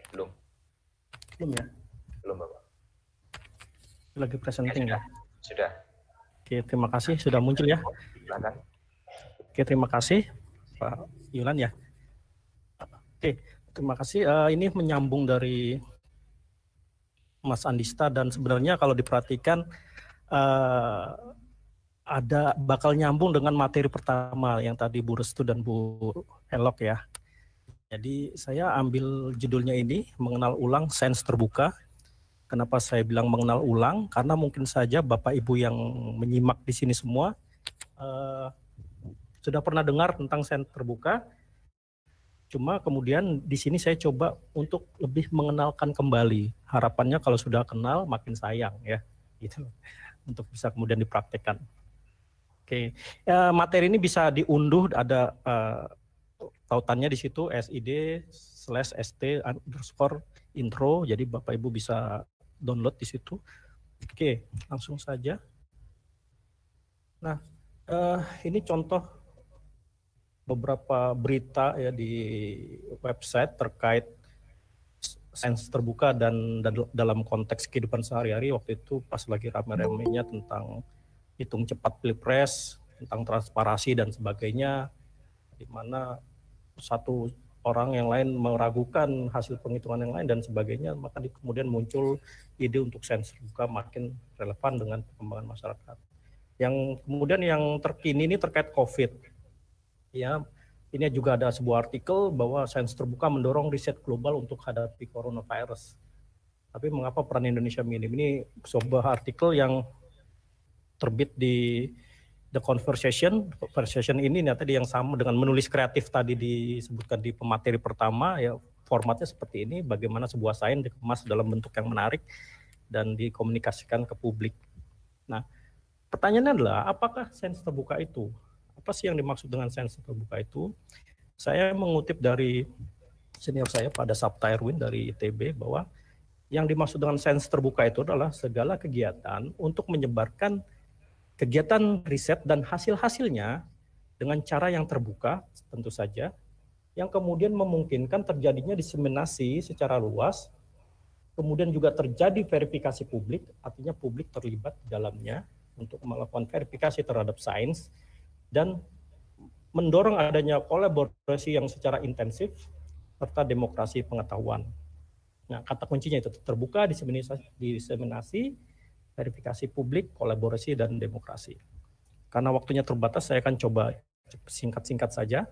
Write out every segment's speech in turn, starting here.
Belum. Belum ya? Belum, Bapak. Lagi presenting ya? Sudah. Oke, terima kasih sudah muncul ya. Silakan. Oke, terima kasih Pak Yulan ya. Oke, terima kasih. Ini menyambung dari Mas Andista, dan sebenarnya kalau diperhatikan ada bakal nyambung dengan materi pertama yang tadi Bu Restu dan Bu Elok ya. Jadi saya ambil judulnya ini, mengenal ulang sains terbuka. Kenapa saya bilang mengenal ulang? Karena mungkin saja Bapak Ibu yang menyimak di sini semua sudah pernah dengar tentang sains terbuka. Cuma kemudian di sini saya coba untuk lebih mengenalkan kembali. Harapannya kalau sudah kenal makin sayang ya, gitu. Untuk bisa kemudian dipraktekkan. Oke, materi ini bisa diunduh, ada tautannya di situ sid/st_intro, jadi Bapak Ibu bisa download di situ. Oke, langsung saja. Nah, ini contoh beberapa berita ya di website terkait sains terbuka dan dalam konteks kehidupan sehari-hari. Waktu itu pas lagi rame-ramenya tentang hitung cepat pilpres, tentang transparansi dan sebagainya, di mana satu orang yang lain meragukan hasil penghitungan yang lain dan sebagainya, maka kemudian muncul ide untuk sains terbuka makin relevan dengan perkembangan masyarakat. Yang kemudian yang terkini ini terkait COVID. Ya, ini juga ada sebuah artikel bahwa sains terbuka mendorong riset global untuk hadapi coronavirus. Tapi mengapa peran Indonesia minim? Ini sebuah artikel yang terbit di The Conversation. Conversation ini tadi yang sama dengan menulis kreatif tadi disebutkan di pemateri pertama ya, formatnya seperti ini, bagaimana sebuah sains dikemas dalam bentuk yang menarik dan dikomunikasikan ke publik. Nah, pertanyaannya adalah apakah sains terbuka itu? Apa sih yang dimaksud dengan sains terbuka itu? Saya mengutip dari senior saya pada Sabta Erwin dari ITB bahwa yang dimaksud dengan sains terbuka itu adalah segala kegiatan untuk menyebarkan kegiatan riset dan hasil-hasilnya dengan cara yang terbuka tentu saja, yang kemudian memungkinkan terjadinya diseminasi secara luas, kemudian juga terjadi verifikasi publik, artinya publik terlibat di dalamnya untuk melakukan verifikasi terhadap sains, dan mendorong adanya kolaborasi yang secara intensif, serta demokrasi pengetahuan. Nah, kata kuncinya itu terbuka, diseminasi, verifikasi publik, kolaborasi, dan demokrasi. Karena waktunya terbatas, saya akan coba singkat-singkat saja.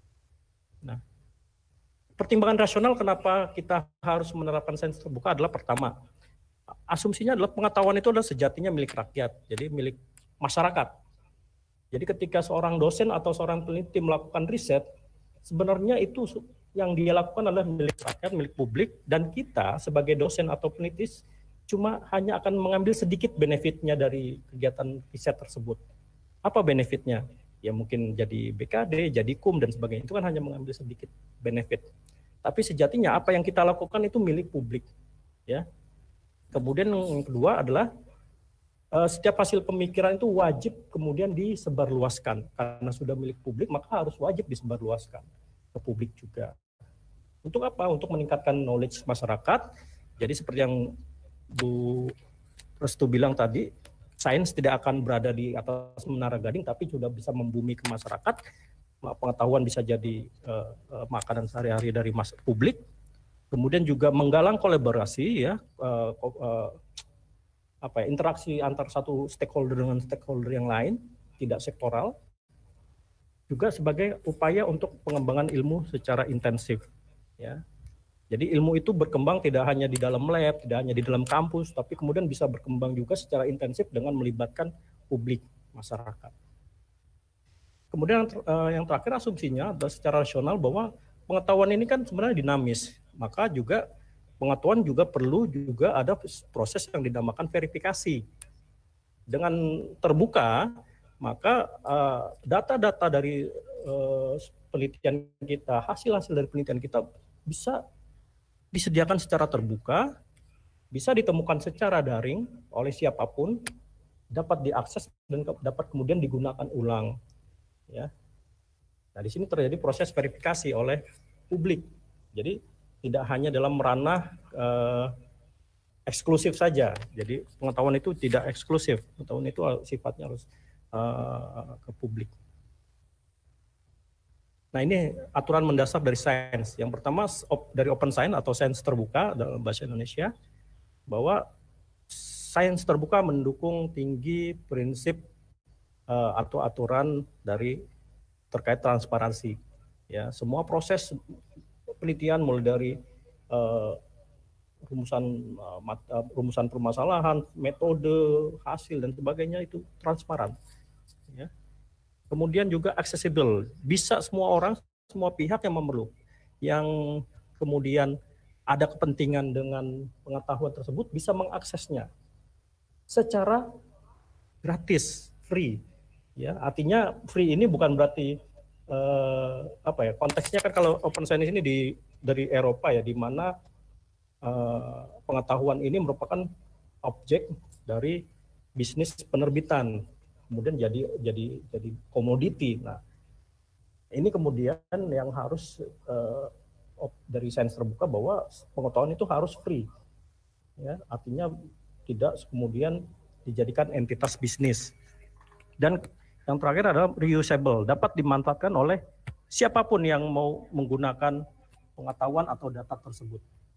Nah, pertimbangan rasional kenapa kita harus menerapkan sains terbuka adalah pertama, asumsinya adalah pengetahuan itu adalah sejatinya milik rakyat, jadi milik masyarakat. Jadi ketika seorang dosen atau seorang peneliti melakukan riset, sebenarnya itu yang dia lakukan adalah milik rakyat, milik publik, dan kita sebagai dosen atau peneliti cuma hanya akan mengambil sedikit benefitnya dari kegiatan riset tersebut. Apa benefitnya? Ya mungkin jadi BKD, jadi KUM, dan sebagainya. Itu kan hanya mengambil sedikit benefit. Tapi sejatinya apa yang kita lakukan itu milik publik. Ya. Kemudian yang kedua adalah setiap hasil pemikiran itu wajib kemudian disebarluaskan. Karena sudah milik publik, maka harus wajib disebarluaskan ke publik juga. Untuk apa? Untuk meningkatkan knowledge masyarakat. Jadi seperti yang Bu Restu bilang tadi, sains tidak akan berada di atas menara gading, tapi sudah bisa membumi ke masyarakat. Pengetahuan bisa jadi makanan sehari-hari dari publik. Kemudian juga menggalang kolaborasi ya, interaksi antar satu stakeholder dengan stakeholder yang lain, tidak sektoral. Juga sebagai upaya untuk pengembangan ilmu secara intensif. Ya. Jadi ilmu itu berkembang tidak hanya di dalam lab, tidak hanya di dalam kampus, tapi kemudian bisa berkembang juga secara intensif dengan melibatkan publik, masyarakat. Kemudian yang terakhir asumsinya adalah secara rasional bahwa pengetahuan ini kan sebenarnya dinamis, maka juga pengetahuan juga perlu juga ada proses yang dinamakan verifikasi. Dengan terbuka, maka data-data dari penelitian kita, hasil-hasil dari penelitian kita bisa disediakan secara terbuka, bisa ditemukan secara daring oleh siapapun, dapat diakses dan dapat kemudian digunakan ulang. Ya. Nah, di sini terjadi proses verifikasi oleh publik. Jadi tidak hanya dalam ranah eksklusif saja. Jadi pengetahuan itu tidak eksklusif, pengetahuan itu sifatnya harus ke publik. Nah, ini aturan mendasar dari sains. Yang pertama dari open science atau sains terbuka dalam bahasa Indonesia, bahwa sains terbuka mendukung tinggi prinsip atau aturan dari terkait transparansi. Ya, semua proses penelitian mulai dari rumusan permasalahan, metode, hasil dan sebagainya itu transparan. Ya. Kemudian juga accessible, bisa semua orang, semua pihak yang memerlukan, yang kemudian ada kepentingan dengan pengetahuan tersebut bisa mengaksesnya secara gratis, free. Ya, artinya free ini bukan berarti konteksnya kan kalau open science ini dari Eropa ya, di mana pengetahuan ini merupakan objek dari bisnis penerbitan, kemudian jadi komoditi. Nah, ini kemudian yang harus dari sains terbuka bahwa pengetahuan itu harus free, ya, artinya tidak kemudian dijadikan entitas bisnis. Dan yang terakhir adalah reusable, dapat dimanfaatkan oleh siapapun yang mau menggunakan pengetahuan atau data tersebut.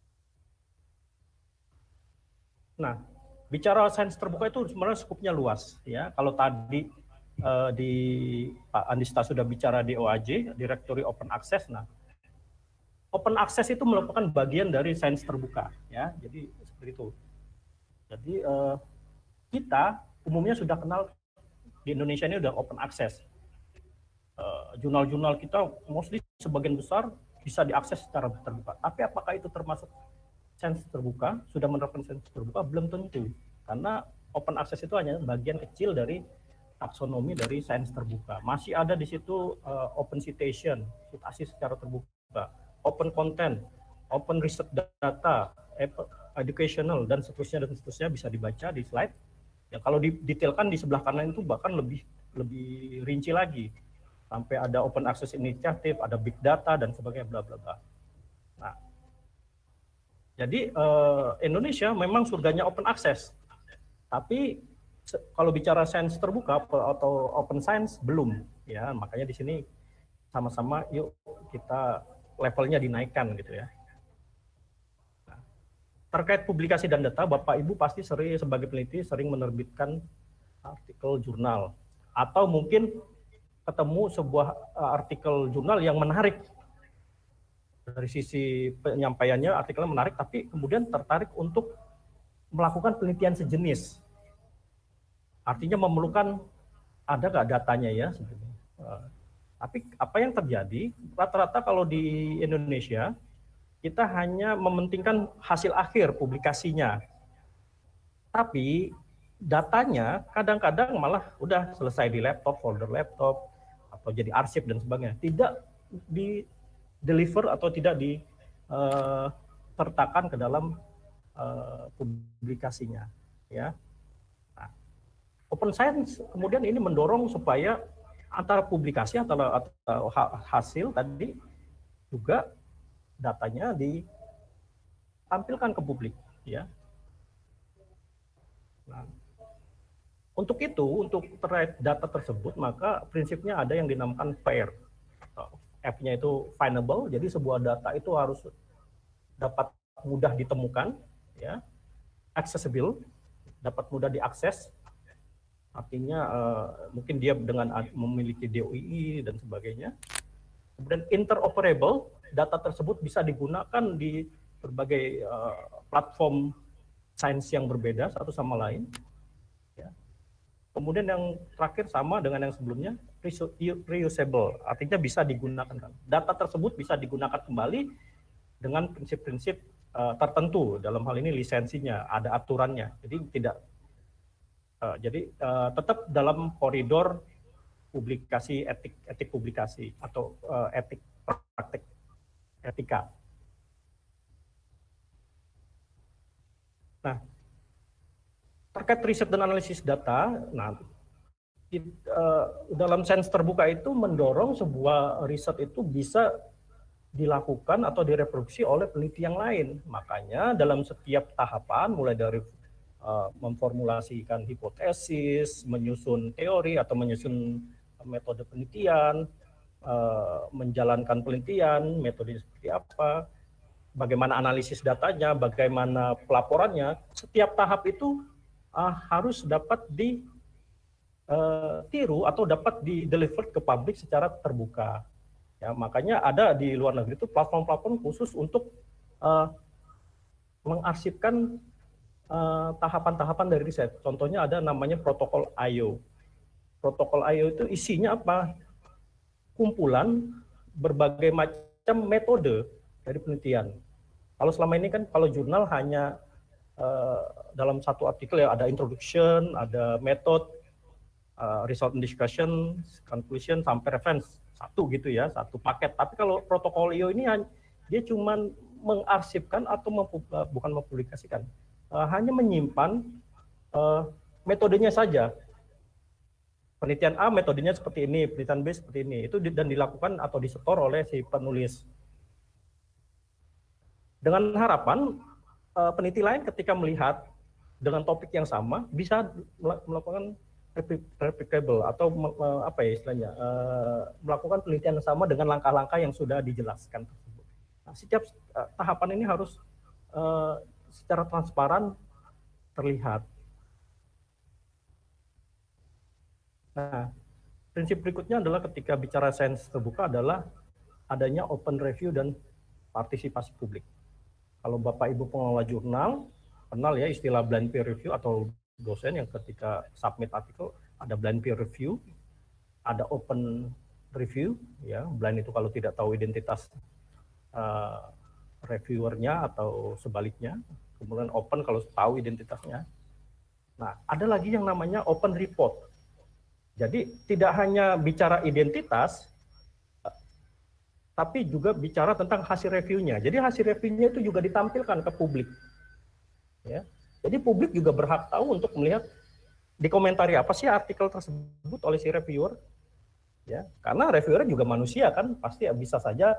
Nah, bicara sains terbuka itu sebenarnya skupnya luas, ya. Kalau tadi di Pak Andista sudah bicara DOAJ, Directory Open Access. Nah, Open Access itu merupakan bagian dari sains terbuka, ya. Jadi seperti itu. Jadi kita umumnya sudah kenal di Indonesia ini udah open access. Jurnal-jurnal kita mostly sebagian besar bisa diakses secara terbuka. Tapi apakah itu termasuk sains terbuka? Sudah menerapkan sains terbuka? Belum tentu. Karena open access itu hanya bagian kecil dari taksonomi dari sains terbuka. Masih ada di situ open citation, citasi secara terbuka, open content, open research data, educational, dan seterusnya bisa dibaca di slide. Ya, kalau didetailkan di sebelah kanan itu bahkan lebih rinci lagi, sampai ada open access initiative, ada big data dan sebagainya, bla bla bla. Nah, jadi Indonesia memang surganya open access, tapi kalau bicara sains terbuka atau open science belum, ya. Makanya di sini sama-sama yuk kita levelnya dinaikkan gitu ya. Terkait publikasi dan data, Bapak Ibu pasti sebagai peneliti sering menerbitkan artikel jurnal, atau mungkin ketemu sebuah artikel jurnal yang menarik. Dari sisi penyampaiannya artikelnya menarik, tapi kemudian tertarik untuk melakukan penelitian sejenis. Artinya memerlukan, ada nggak datanya ya sebenarnya. Tapi apa yang terjadi, rata-rata kalau di Indonesia, kita hanya mementingkan hasil akhir publikasinya. Tapi datanya kadang-kadang malah udah selesai di laptop, folder laptop, atau jadi arsip dan sebagainya. Tidak di deliver atau tidak disertakan ke dalam publikasinya. Ya. Nah, open science kemudian ini mendorong supaya antara publikasi atau hasil tadi juga datanya ditampilkan ke publik, ya. Nah, untuk itu, untuk terkait data tersebut, maka prinsipnya ada yang dinamakan FAIR. F-nya itu findable, jadi sebuah data itu harus dapat mudah ditemukan, ya, accessible, dapat mudah diakses. Artinya mungkin dia dengan memiliki DOI dan sebagainya. Kemudian interoperable, data tersebut bisa digunakan di berbagai platform sains yang berbeda satu sama lain. Ya. Kemudian yang terakhir sama dengan yang sebelumnya, reusable, artinya bisa digunakan. Data tersebut bisa digunakan kembali dengan prinsip-prinsip tertentu. Dalam hal ini lisensinya, ada aturannya. Jadi tidak, tetap dalam koridor publikasi etik publikasi atau etik praktek etika. Nah, terkait riset dan analisis data, nah dalam sains terbuka itu mendorong sebuah riset itu bisa dilakukan atau direproduksi oleh peneliti yang lain. Makanya dalam setiap tahapan, mulai dari memformulasikan hipotesis, menyusun teori atau menyusun metode penelitian, menjalankan penelitian, metodenya seperti apa, bagaimana analisis datanya, bagaimana pelaporannya, setiap tahap itu harus dapat ditiru atau dapat di-deliver ke publik secara terbuka. Ya, makanya ada di luar negeri itu platform-platform khusus untuk mengarsipkan tahapan-tahapan dari riset. Contohnya ada namanya protokol I/O. Protokol I/O itu isinya apa? Kumpulan berbagai macam metode dari penelitian. Kalau selama ini kan kalau jurnal hanya dalam satu artikel ya ada introduction, ada method, result and discussion, conclusion sampai reference. Satu gitu ya, satu paket. Tapi kalau protokol I/O ini dia cuma mengarsipkan atau bukan mempublikasikan, hanya menyimpan metodenya saja. Penelitian A metodenya seperti ini, penelitian B seperti ini. Itu dan dilakukan atau disetor oleh si penulis. Dengan harapan peneliti lain ketika melihat dengan topik yang sama bisa melakukan replicable atau apa ya istilahnya, melakukan penelitian yang sama dengan langkah-langkah yang sudah dijelaskan tersebut. Nah, setiap tahapan ini harus secara transparan terlihat. Nah, prinsip berikutnya adalah ketika bicara sains terbuka adalah adanya open review dan partisipasi publik. Kalau Bapak Ibu pengelola jurnal kenal ya istilah blind peer review atau dosen yang ketika submit artikel ada blind peer review, ada open review, ya blind itu kalau tidak tahu identitas reviewernya atau sebaliknya, kemudian open kalau tahu identitasnya. Nah, ada lagi yang namanya open report. Jadi tidak hanya bicara identitas, tapi juga bicara tentang hasil reviewnya. Jadi hasil reviewnya itu juga ditampilkan ke publik. Ya. Jadi publik juga berhak tahu untuk melihat dikomentari apa sih artikel tersebut oleh si reviewer, ya karena reviewer juga manusia kan, pasti bisa saja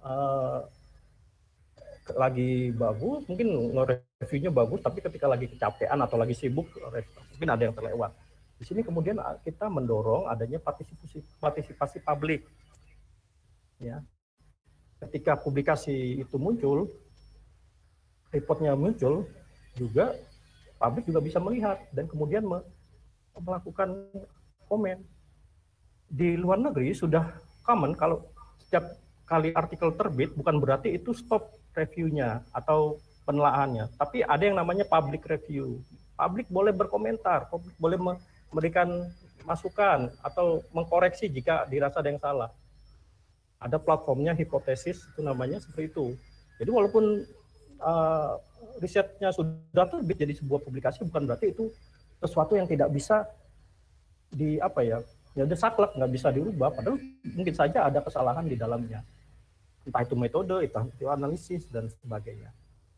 lagi bagus mungkin reviewnya bagus, tapi ketika lagi kecapean atau lagi sibuk mungkin ada yang terlewat. Di sini kemudian kita mendorong adanya partisipasi publik, ya ketika publikasi itu muncul, reportnya muncul juga publik juga bisa melihat dan kemudian melakukan komen. Di luar negeri sudah common kalau setiap kali artikel terbit bukan berarti itu stop reviewnya atau penelaannya, tapi ada yang namanya public review. Publik boleh berkomentar, publik boleh memberikan masukan atau mengkoreksi jika dirasa ada yang salah. Ada platformnya hipotesis itu namanya seperti itu. Jadi walaupun risetnya sudah terbit jadi sebuah publikasi bukan berarti itu sesuatu yang tidak bisa ya udah saklek, nggak bisa dirubah, padahal mungkin saja ada kesalahan di dalamnya, entah itu metode, entah itu analisis dan sebagainya.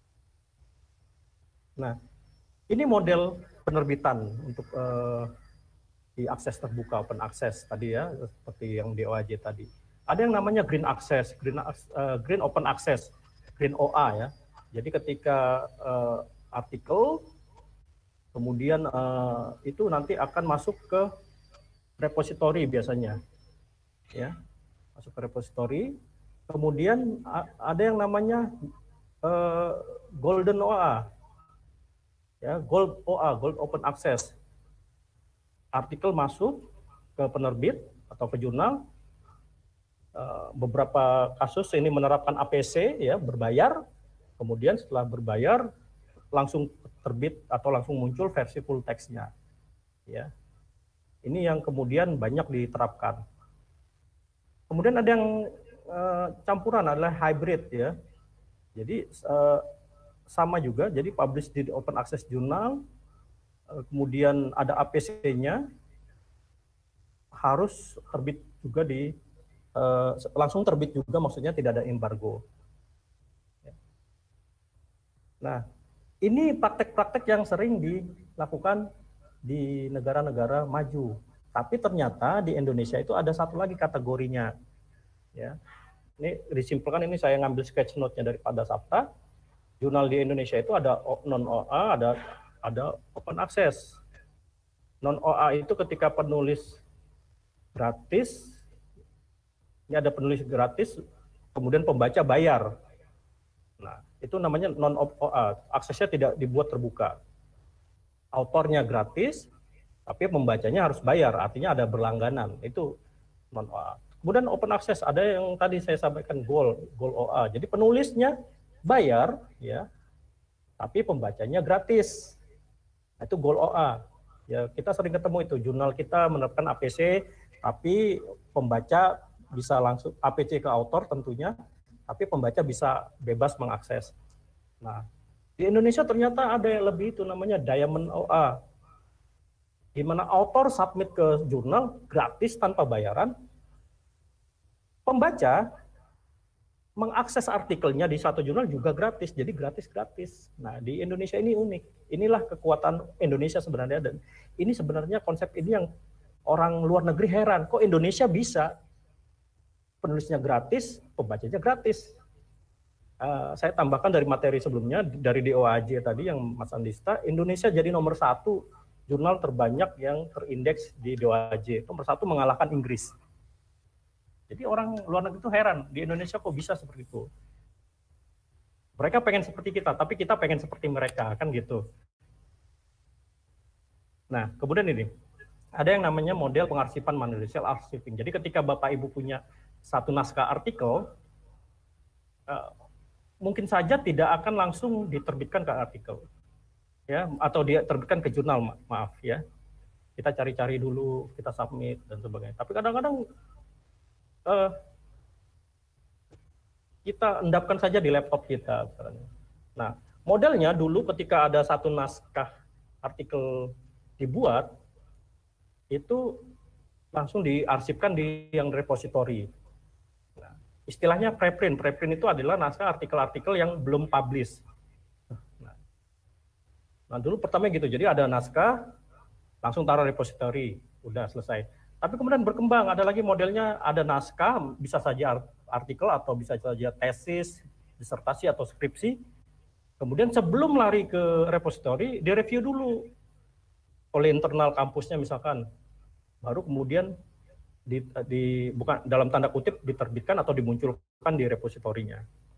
Nah, ini model penerbitan untuk di akses terbuka, open access tadi ya, seperti yang di OAJ tadi. Ada yang namanya green access, green open access, green OA ya. Jadi ketika artikel kemudian itu nanti akan masuk ke repository biasanya, ya masuk ke repository. Kemudian ada yang namanya golden OA, ya gold OA, gold open access. Artikel masuk ke penerbit atau ke jurnal. Beberapa kasus ini menerapkan APC ya berbayar. Kemudian setelah berbayar langsung terbit atau langsung muncul versi full text-nya. Ya. Ini yang kemudian banyak diterapkan. Kemudian ada yang campuran adalah hybrid ya. Jadi sama juga, jadi publish di open access jurnal, kemudian ada APC-nya, harus terbit juga langsung terbit juga, maksudnya tidak ada embargo. Nah, ini praktek-praktek yang sering dilakukan di negara-negara maju. Tapi ternyata di Indonesia itu ada satu lagi kategorinya. Ya. Ini disimpulkan, ini saya ngambil sketch note-nya dari Pada Sapta. Jurnal di Indonesia itu ada non OA, ada open access. Non OA itu ketika penulis gratis, ini ada penulis gratis, kemudian pembaca bayar. Nah, itu namanya non OA, aksesnya tidak dibuat terbuka. Autornya gratis, tapi pembacanya harus bayar, artinya ada berlangganan. Itu non OA. Kemudian open access, ada yang tadi saya sampaikan goal OA. Jadi penulisnya bayar, ya, tapi pembacanya gratis. Nah, itu goal OA. Ya, kita sering ketemu itu, jurnal kita menerapkan APC, tapi pembaca bisa langsung APC ke author tentunya, tapi pembaca bisa bebas mengakses. Nah, di Indonesia ternyata ada yang lebih, itu namanya Diamond OA, di mana author submit ke jurnal gratis tanpa bayaran, pembaca mengakses artikelnya di satu jurnal juga gratis, jadi gratis-gratis. Nah, di Indonesia ini unik. Inilah kekuatan Indonesia sebenarnya, dan ini sebenarnya konsep ini yang orang luar negeri heran, kok Indonesia bisa penulisnya gratis, pembacanya gratis. Saya tambahkan dari materi sebelumnya, dari DOAJ tadi yang Mas Andista, Indonesia jadi nomor 1 jurnal terbanyak yang terindeks di DOAJ. Nomor 1 mengalahkan Inggris. Jadi orang luar negeri itu heran, di Indonesia kok bisa seperti itu. Mereka pengen seperti kita, tapi kita pengen seperti mereka, kan gitu. Nah, kemudian ini, ada yang namanya model pengarsipan mandiri, self archiving. Jadi ketika Bapak Ibu punya satu naskah artikel, mungkin saja tidak akan langsung diterbitkan ke artikel, ya, atau dia terbitkan ke jurnal, maaf ya. Kita cari-cari dulu, kita submit dan sebagainya. Tapi kadang-kadang kita endapkan saja di laptop kita. Nah, modelnya dulu ketika ada satu naskah artikel dibuat, itu langsung diarsipkan di yang repository. Nah, istilahnya preprint. Preprint itu adalah naskah artikel-artikel yang belum publish. Nah, dulu pertama gitu, jadi ada naskah, langsung taruh repository, udah selesai. Tapi kemudian berkembang, ada lagi modelnya, ada naskah, bisa saja artikel atau bisa saja tesis, disertasi atau skripsi. Kemudian sebelum lari ke repository, direview dulu oleh internal kampusnya misalkan, baru kemudian bukan dalam tanda kutip diterbitkan atau dimunculkan di repositorinya.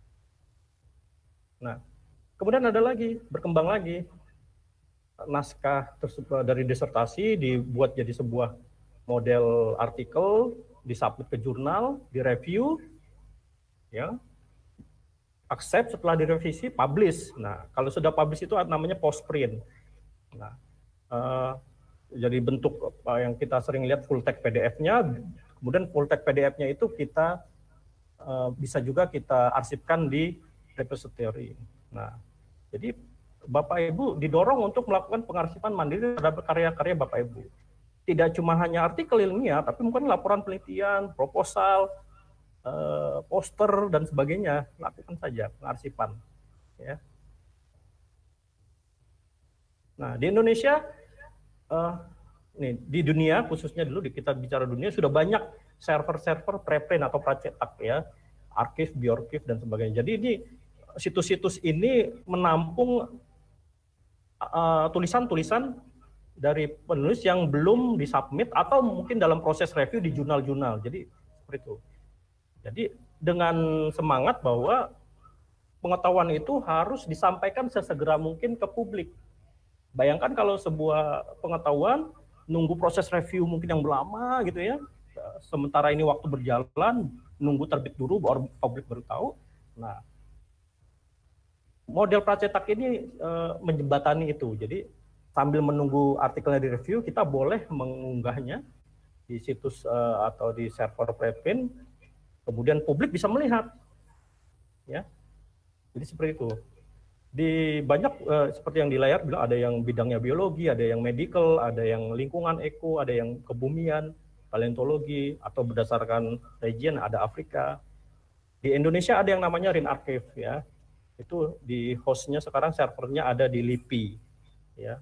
Nah, kemudian ada lagi, berkembang lagi, naskah dari disertasi dibuat jadi sebuah model artikel, disubmit ke jurnal, direview, ya, accept, setelah direvisi, publish. Nah, kalau sudah publish itu namanya postprint. Nah, jadi bentuk yang kita sering lihat full text PDF-nya, kemudian full text PDF-nya itu kita bisa juga kita arsipkan di repository. Nah, jadi Bapak Ibu didorong untuk melakukan pengarsipan mandiri terhadap karya-karya Bapak Ibu. Tidak cuma hanya artikel ilmiah, tapi mungkin laporan penelitian, proposal, poster dan sebagainya, lakukan saja pengarsipan. Ya. Nah, di Indonesia, nih, di dunia khususnya dulu kita bicara dunia sudah banyak server-server preprint atau pracetak ya, archive, bioarchive dan sebagainya. Jadi ini situs-situs ini menampung tulisan-tulisan dari penulis yang belum disubmit atau mungkin dalam proses review di jurnal-jurnal. Jadi seperti itu. Jadi dengan semangat bahwa pengetahuan itu harus disampaikan sesegera mungkin ke publik. Bayangkan kalau sebuah pengetahuan nunggu proses review mungkin yang lama gitu ya. Sementara ini waktu berjalan, nunggu terbit dulu baru publik baru tahu. Nah, model pracetak ini menjembatani itu. Jadi sambil menunggu artikelnya direview, kita boleh mengunggahnya di situs atau di server preprint, kemudian publik bisa melihat, ya. Jadi seperti itu. Di banyak seperti yang di layar bilang, ada yang bidangnya biologi, ada yang medical, ada yang lingkungan eko, ada yang kebumian, paleontologi, atau berdasarkan region ada Afrika. Di Indonesia ada yang namanya RIN Archive ya. Itu di hostnya sekarang servernya ada di LIPI, ya.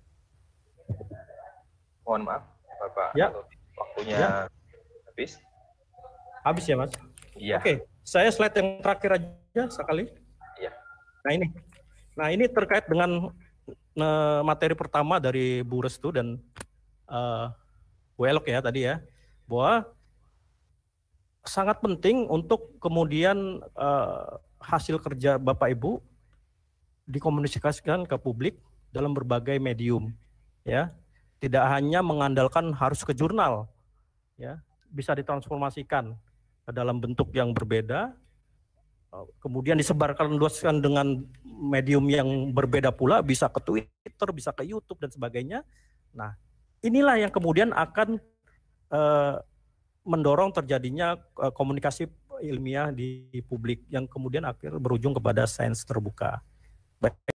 Mohon maaf, Bapak. Ya. Waktunya ya. habis. Habis ya, Mas? Iya. Oke. Saya slide yang terakhir aja sekali. Iya. Nah ini terkait dengan materi pertama dari Bu Restu dan Bu Elok ya tadi ya, bahwa sangat penting untuk kemudian hasil kerja Bapak Ibu dikomunikasikan ke publik dalam berbagai medium, ya. Tidak hanya mengandalkan harus ke jurnal, ya, bisa ditransformasikan ke dalam bentuk yang berbeda, kemudian disebarkan luaskan dengan medium yang berbeda pula, bisa ke Twitter, bisa ke YouTube dan sebagainya. Nah, inilah yang kemudian akan mendorong terjadinya komunikasi ilmiah di publik yang kemudian akhirnya berujung kepada sains terbuka. Baik.